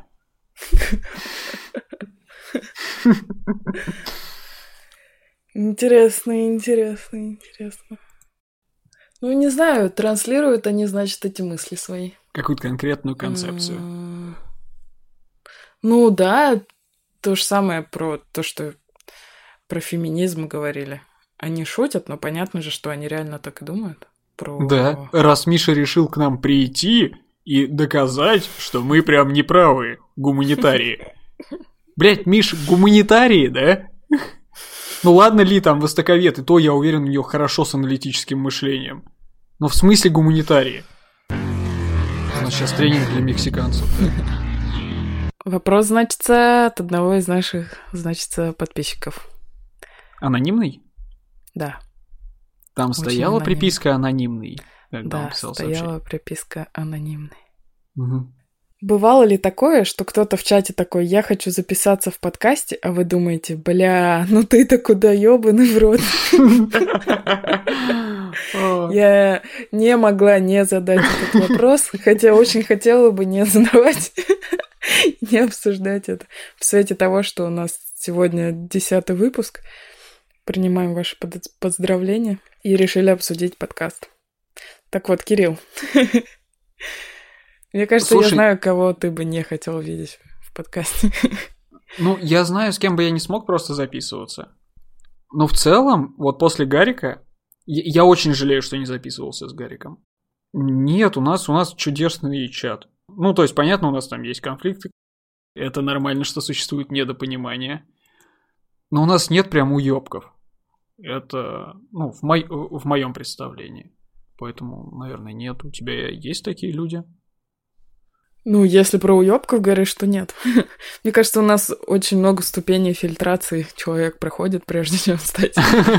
[SPEAKER 2] Интересно. Ну, не знаю, транслируют они, значит, эти мысли свои.
[SPEAKER 1] Какую-то конкретную концепцию.
[SPEAKER 2] Ну, да, то же самое про то, что про феминизм говорили. Они шутят, но понятно же, что они реально так и думают.
[SPEAKER 1] Да, раз Миша решил к нам прийти и доказать, что мы прям неправые гуманитарии. Блять, Миш, гуманитарии, да? Ну ладно ли там востоковед, и то, я уверен, у нее хорошо с аналитическим мышлением. Но в смысле гуманитарии? У нас сейчас тренинг для мексиканцев.
[SPEAKER 2] Вопрос, значится, от одного из наших, значится, подписчиков.
[SPEAKER 1] Анонимный?
[SPEAKER 2] Да.
[SPEAKER 1] Там
[SPEAKER 2] очень
[SPEAKER 1] стояла
[SPEAKER 2] анонимный.
[SPEAKER 1] Приписка «анонимный», когда он
[SPEAKER 2] Да,
[SPEAKER 1] писал
[SPEAKER 2] стояла
[SPEAKER 1] сообщение.
[SPEAKER 2] приписка «анонимный».
[SPEAKER 1] Угу.
[SPEAKER 2] Бывало ли такое, что кто-то в чате такой: я хочу записаться в подкасте, а вы думаете: бля, ну ты-то куда, ёбаный в рот? Я не могла не задать этот вопрос, хотя очень хотела бы не задавать, не обсуждать это. В свете того, что у нас сегодня 10-й выпуск, принимаем ваши поздравления и решили обсудить подкаст. Так вот, Кирилл, мне кажется,
[SPEAKER 1] Слушай,
[SPEAKER 2] я знаю, кого ты бы не хотел видеть в подкасте.
[SPEAKER 1] Ну, я знаю, с кем бы я не смог просто записываться. Но в целом, вот после Гарика, я очень жалею, что не записывался с Гариком. Нет, у нас чудесный чат. Ну, то есть, понятно, у нас там есть конфликты. Это нормально, что существует недопонимание. Но у нас нет прям уёбков. Это, ну, в моем представлении. Поэтому, наверное, нет. У тебя есть такие люди?
[SPEAKER 2] Ну, если про уёбков говоришь, то нет. Мне кажется, у нас очень много ступеней фильтрации человек проходит, прежде чем стать...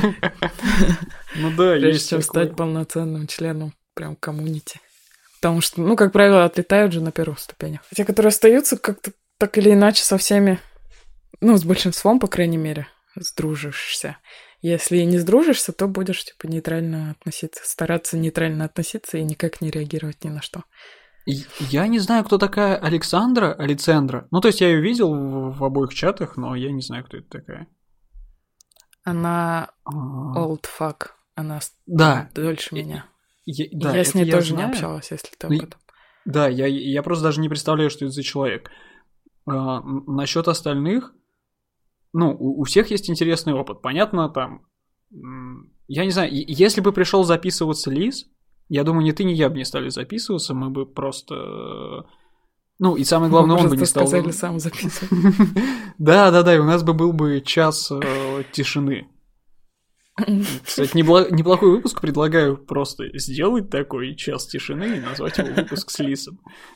[SPEAKER 1] Ну да, есть
[SPEAKER 2] прежде чем стать полноценным членом прям комьюнити. Потому что, ну, как правило, отлетают же на первых ступенях. Те, которые остаются, как-то так или иначе со всеми, ну, с большинством, по крайней мере, сдружишься. Если не сдружишься, то будешь, типа, нейтрально относиться, стараться нейтрально относиться и никак не реагировать ни на что.
[SPEAKER 1] Я не знаю, кто такая Александра. Ну, то есть я ее видел в обоих чатах, но я не знаю, кто это такая.
[SPEAKER 2] Она old fuck. Она дольше меня. Я с ней тоже не общалась, если ты об этом.
[SPEAKER 1] Да, я просто даже не представляю, что это за человек. Насчет остальных, ну, у всех есть интересный опыт. Понятно, там, я не знаю, если бы пришел записываться Лиз, я думаю, ни ты, ни я бы не стали записываться, мы бы просто... Ну, и самое главное, он бы не стал...
[SPEAKER 2] сказали, сам записывать.
[SPEAKER 1] Да, и у нас был бы час тишины. Кстати, неплохой выпуск, предлагаю просто сделать такой час тишины и назвать его выпуск с Лисом.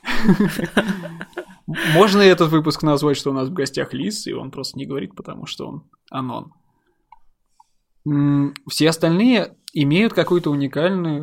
[SPEAKER 1] Можно и этот выпуск назвать, что у нас в гостях Лис, и он просто не говорит, потому что он анон. Все остальные, имеют какой-то уникальный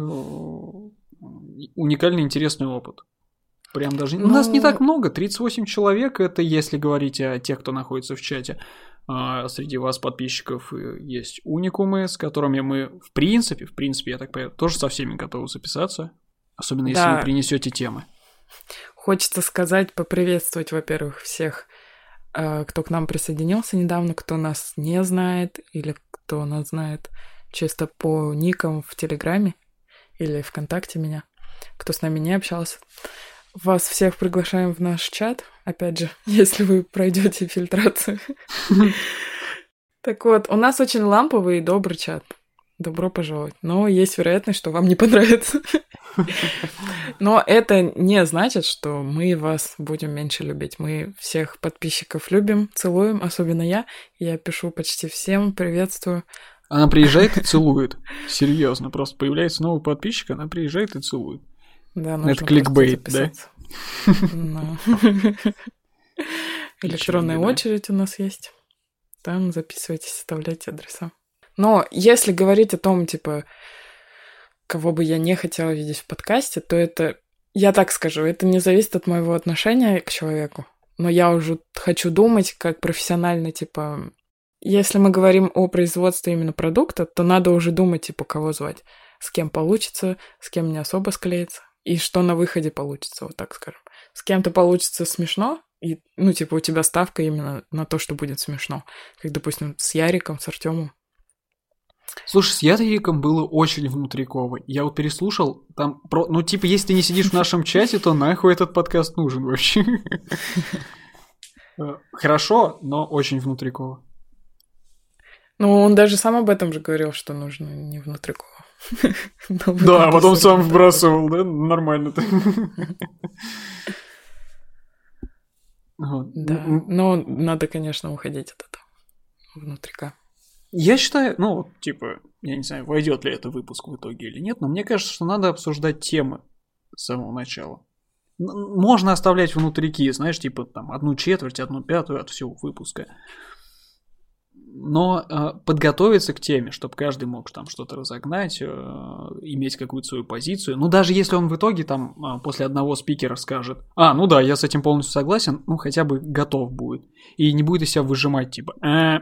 [SPEAKER 1] интересный опыт. Прям даже... У нас не так много, 38 человек, это если говорить о тех, кто находится в чате. Среди вас, подписчиков, есть уникумы, с которыми мы, в принципе, я так понимаю, тоже со всеми готовы записаться. Особенно, если вы принесете темы.
[SPEAKER 2] Хочется сказать, поприветствовать, во-первых, всех, кто к нам присоединился недавно, кто нас не знает, или кто нас знает чисто по никам в Телеграме или ВКонтакте меня, кто с нами не общался. Вас всех приглашаем в наш чат, опять же, если вы пройдете фильтрацию. Так вот, у нас очень ламповый и добрый чат. Добро пожаловать. Но есть вероятность, что вам не понравится. Но это не значит, что мы вас будем меньше любить. Мы всех подписчиков любим, целуем, особенно я. Я пишу почти всем, приветствую.
[SPEAKER 1] Она приезжает и целует. Серьезно, просто появляется новый подписчик, она приезжает и целует.
[SPEAKER 2] Да,
[SPEAKER 1] это кликбейт, да?
[SPEAKER 2] Электронная очередь у нас есть. Там записывайтесь, оставляйте адреса. Но если говорить о том, типа, кого бы я не хотела видеть в подкасте, то это, я так скажу, это не зависит от моего отношения к человеку. Но я уже хочу думать как профессионально, типа, если мы говорим о производстве именно продукта, то надо уже думать, типа, кого звать, с кем получится, с кем не особо склеится, и что на выходе получится, вот так скажем. С кем-то получится смешно, и, ну, типа, у тебя ставка именно на то, что будет смешно. Как, допустим, с Яриком, с Артёмом.
[SPEAKER 1] Слушай, с Яриком было очень внутриково. Я вот переслушал, там, ну, типа, если ты не сидишь в нашем чате, то нахуй этот подкаст нужен вообще. Хорошо, но очень внутриково.
[SPEAKER 2] Ну, он даже сам об этом же говорил, что нужно не внутриково.
[SPEAKER 1] Да, а потом сам вбрасывал, да? Нормально-то.
[SPEAKER 2] Да, но надо, конечно, уходить от этого внутрика.
[SPEAKER 1] Я считаю, ну, типа, я не знаю, войдет ли это выпуск в итоге или нет, но мне кажется, что надо обсуждать темы с самого начала. Можно оставлять внутрики, знаешь, типа, там, 1/4, 1/5 от всего выпуска. Но подготовиться к теме, чтобы каждый мог там что-то разогнать, иметь какую-то свою позицию. Ну, даже если он в итоге там после одного спикера скажет, ну да, я с этим полностью согласен, ну, хотя бы готов будет. И не будет из себя выжимать, типа,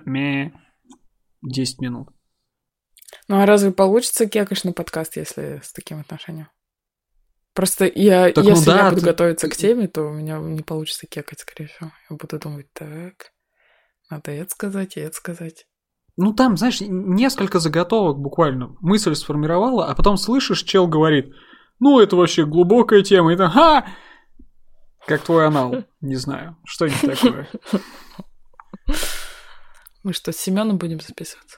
[SPEAKER 1] 10 минут.
[SPEAKER 2] Ну, а разве получится кекать на подкаст, если с таким отношением? Просто я, так, если я буду готовиться к теме, то у меня не получится кекать, скорее всего. Я буду думать, так, надо это сказать, и это сказать.
[SPEAKER 1] Ну, там, знаешь, несколько заготовок буквально. Мысль сформировала, а потом слышишь, чел говорит, ну, это вообще глубокая тема, и там, как твой анал, не знаю, что-нибудь такое.
[SPEAKER 2] Мы что, с Семеном будем записываться?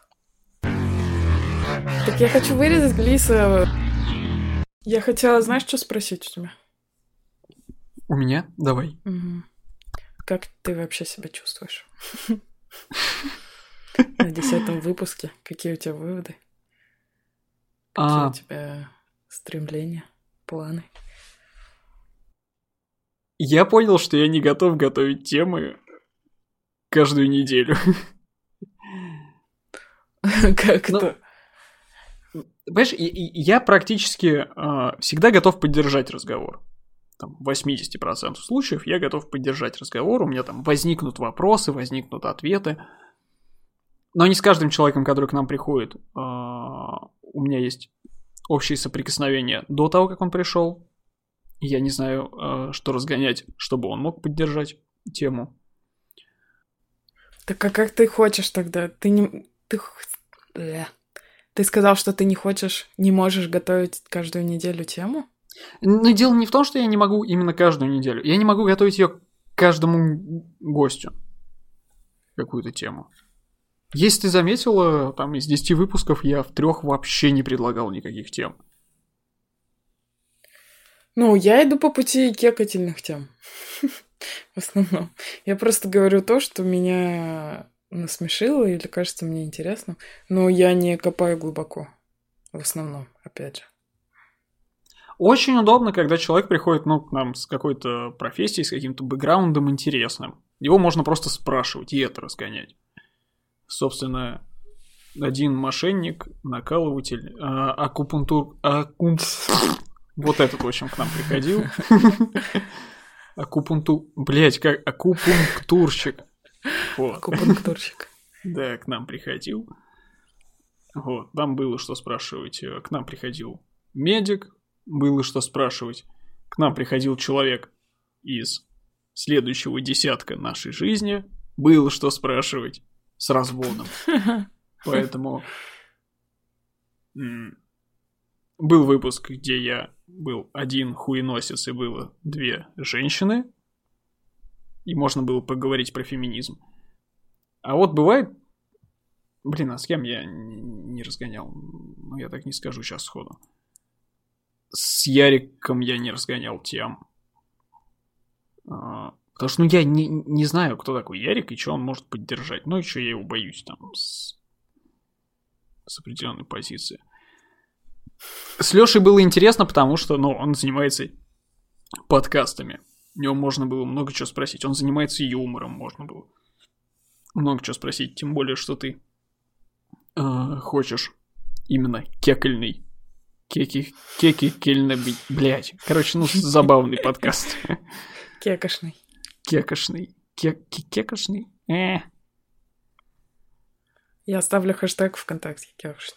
[SPEAKER 2] Так я хочу вырезать Глиса. Я хотела, знаешь, что спросить у тебя?
[SPEAKER 1] У меня? Давай.
[SPEAKER 2] Угу. Как ты вообще себя чувствуешь? На 10-м выпуске. Какие у тебя выводы? Какие у тебя стремления, планы?
[SPEAKER 1] Я понял, что я не готов готовить темы каждую неделю.
[SPEAKER 2] Как это?
[SPEAKER 1] Понимаешь, я практически всегда готов поддержать разговор. Там, в 80% случаев я готов поддержать разговор, у меня там возникнут вопросы, возникнут ответы. Но не с каждым человеком, который к нам приходит, у меня есть общие соприкосновения до того, как он пришел. Я не знаю, что разгонять, чтобы он мог поддержать тему.
[SPEAKER 2] Так а как ты хочешь тогда? Ты сказал, что ты не можешь готовить каждую неделю тему?
[SPEAKER 1] Но дело не в том, что я не могу именно каждую неделю. Я не могу готовить ее каждому гостю. Какую-то тему. Если ты заметила, там из 10 выпусков я в 3 вообще не предлагал никаких тем.
[SPEAKER 2] Ну, я иду по пути кекательных тем. В основном. Я просто говорю то, что меня насмешило или кажется мне интересным. Но я не копаю глубоко. В основном, опять же.
[SPEAKER 1] Очень удобно, когда человек приходит, к нам с какой-то профессией, с каким-то бэкграундом интересным. Его можно просто спрашивать и это разгонять. Собственно, один мошенник, накалыватель, вот этот, в общем, к нам приходил. Акупунктурщик. Вот.
[SPEAKER 2] Акупунктурщик.
[SPEAKER 1] Да, к нам приходил. Вот, там было что спрашивать. К нам приходил медик, было что спрашивать. К нам приходил человек из следующего десятка нашей жизни, было что спрашивать с разводом. Поэтому был выпуск, где я был один хуеносец и было 2 женщины, и можно было поговорить про феминизм. А вот бывает... Блин, а с кем я не разгонял? Ну, я так не скажу сейчас сходу. С Яриком я не разгонял тем. Потому что, ну, я не знаю, кто такой Ярик и что он может поддержать. Ну, еще я его боюсь там с определенной позиции. С Лешей было интересно, потому что, ну, он занимается подкастами. У него можно было много чего спросить. Он занимается юмором, можно было много чего спросить. Тем более, что ты хочешь именно кекельный. Кекельный, блять. Короче, ну, забавный подкаст.
[SPEAKER 2] Кекошный.
[SPEAKER 1] Кекошный. Кекошный?
[SPEAKER 2] Я оставлю хэштег ВКонтакте кекошный.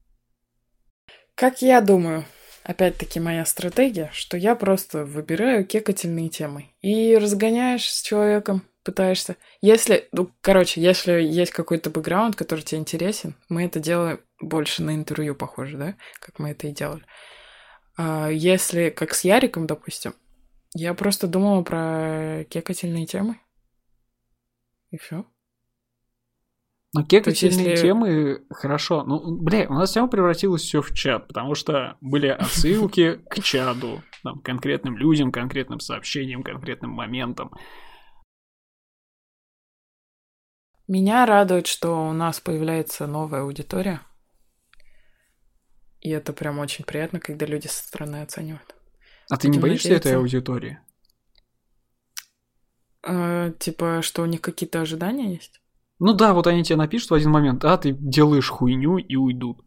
[SPEAKER 2] Как я думаю, опять-таки моя стратегия, что я просто выбираю кекательные темы и разгоняешь с человеком, пытаешься. Если есть какой-то бэкграунд, который тебе интересен, мы это делаем больше на интервью похоже, да, как мы это и делали. А если, как с Яриком, допустим, я просто думала про кекательные темы. И все.
[SPEAKER 1] Ну, кекательные темы, хорошо. Ну, бля, у нас тема превратилась все в чат, потому что были отсылки к чату, там, конкретным людям, конкретным сообщениям, конкретным моментам.
[SPEAKER 2] Меня радует, что у нас появляется новая аудитория. И это прям очень приятно, когда люди со стороны оценивают.
[SPEAKER 1] А ты не боишься этой аудитории?
[SPEAKER 2] Типа, что у них какие-то ожидания есть?
[SPEAKER 1] Ну да, вот они тебе напишут в один момент, а ты делаешь хуйню и уйдут.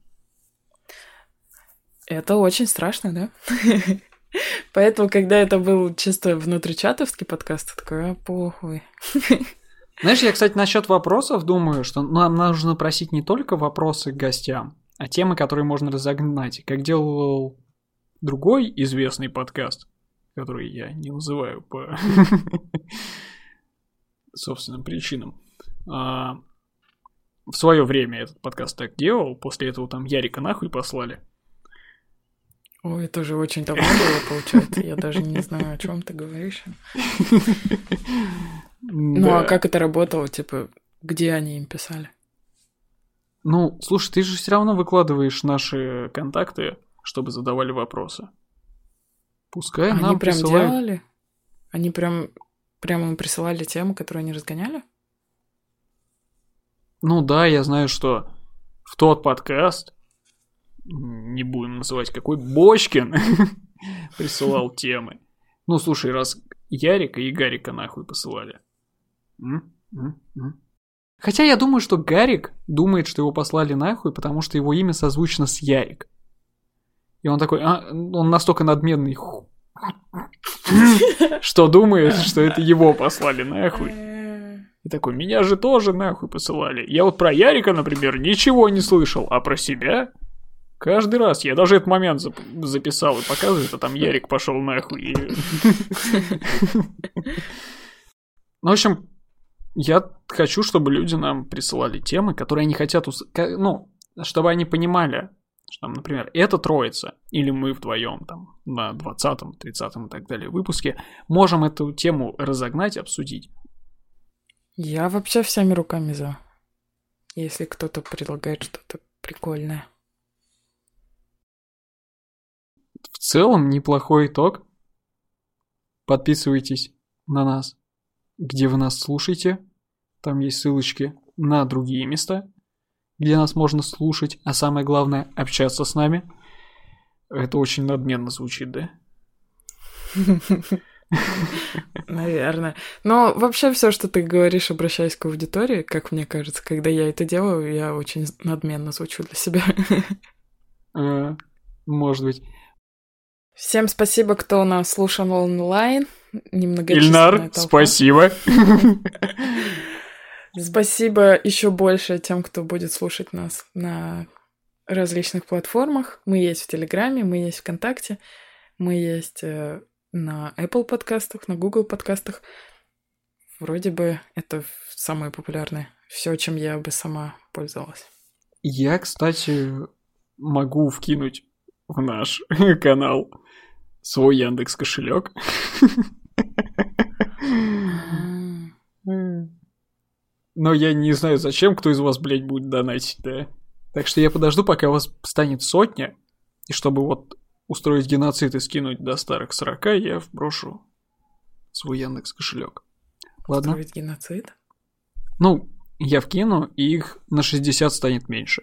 [SPEAKER 2] Это очень страшно, да? Поэтому, когда это был чисто внутричатовский подкаст, я такой, похуй.
[SPEAKER 1] Знаешь, я, кстати, насчет вопросов думаю, что нам нужно просить не только вопросы к гостям, а темы, которые можно разогнать. Как делал другой известный подкаст, который я не называю по собственным причинам. В свое время этот подкаст так делал, после этого там Ярика нахуй послали.
[SPEAKER 2] Ой, это уже очень давно было, получается. Я даже не знаю, о чем ты говоришь. Ну, а как это работало? Типа, где они им писали?
[SPEAKER 1] Ну, слушай, ты же все равно выкладываешь наши контакты, чтобы задавали вопросы. Пускай
[SPEAKER 2] они
[SPEAKER 1] нам
[SPEAKER 2] прям
[SPEAKER 1] присылают...
[SPEAKER 2] делали? Они прям им присылали темы, которые они разгоняли?
[SPEAKER 1] Ну да, я знаю, что в тот подкаст, не будем называть какой, Бочкин присылал темы. Ну, слушай, раз Ярика и Гарика нахуй посылали. Хотя я думаю, что Гарик думает, что его послали нахуй, потому что его имя созвучно с Ярик. И он такой, он настолько надменный, что думает, что это его послали нахуй. И такой, меня же тоже нахуй посылали. Я вот про Ярика, например, ничего не слышал, а про себя каждый раз. Я даже этот момент записал и показывает, а там Ярик пошел нахуй. Ну, в общем, я хочу, чтобы люди нам присылали темы, которые они хотят... Ну, чтобы они понимали, что, там, например, эта троица, или мы вдвоем там на 20-м, 30-м и так далее выпуске, можем эту тему разогнать, обсудить.
[SPEAKER 2] Я вообще всеми руками за. Если кто-то предлагает что-то прикольное.
[SPEAKER 1] В целом, неплохой итог. Подписывайтесь на нас, где вы нас слушаете. Там есть ссылочки на другие места, где нас можно слушать, а самое главное, общаться с нами. Это очень надменно звучит, да?
[SPEAKER 2] Наверное. Но вообще все, что ты говоришь, обращаясь к аудитории, как мне кажется, когда я это делаю, я очень надменно звучу для себя.
[SPEAKER 1] Может быть.
[SPEAKER 2] Всем спасибо, кто нас слушал онлайн.
[SPEAKER 1] Ильнар,
[SPEAKER 2] толпа.
[SPEAKER 1] Спасибо.
[SPEAKER 2] Спасибо еще больше тем, кто будет слушать нас на различных платформах. Мы есть в Телеграме, мы есть ВКонтакте, мы есть на Apple подкастах, на Google подкастах. Вроде бы это самые популярные. Все, чем я бы сама пользовалась.
[SPEAKER 1] Я, кстати, могу вкинуть в наш канал свой Яндекс кошелек. Но я не знаю, зачем, кто из вас, блядь, будет донатить, да? Так что я подожду, пока у вас станет 100, и чтобы вот устроить геноцид и скинуть до старых 40, я вброшу свой Яндекс кошелек. Ладно?
[SPEAKER 2] Устроить геноцид?
[SPEAKER 1] Ну, я вкину, и их на 60 станет меньше.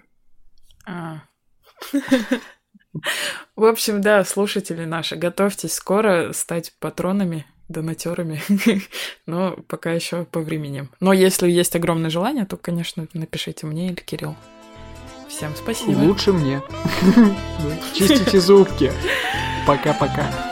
[SPEAKER 2] В общем, да, слушатели наши, готовьтесь скоро стать патронами, донатерами, но пока еще по времени. Но если есть огромное желание, то, конечно, напишите мне или Кирилл. Всем спасибо.
[SPEAKER 1] Лучше мне. Чистите зубки. Пока-пока.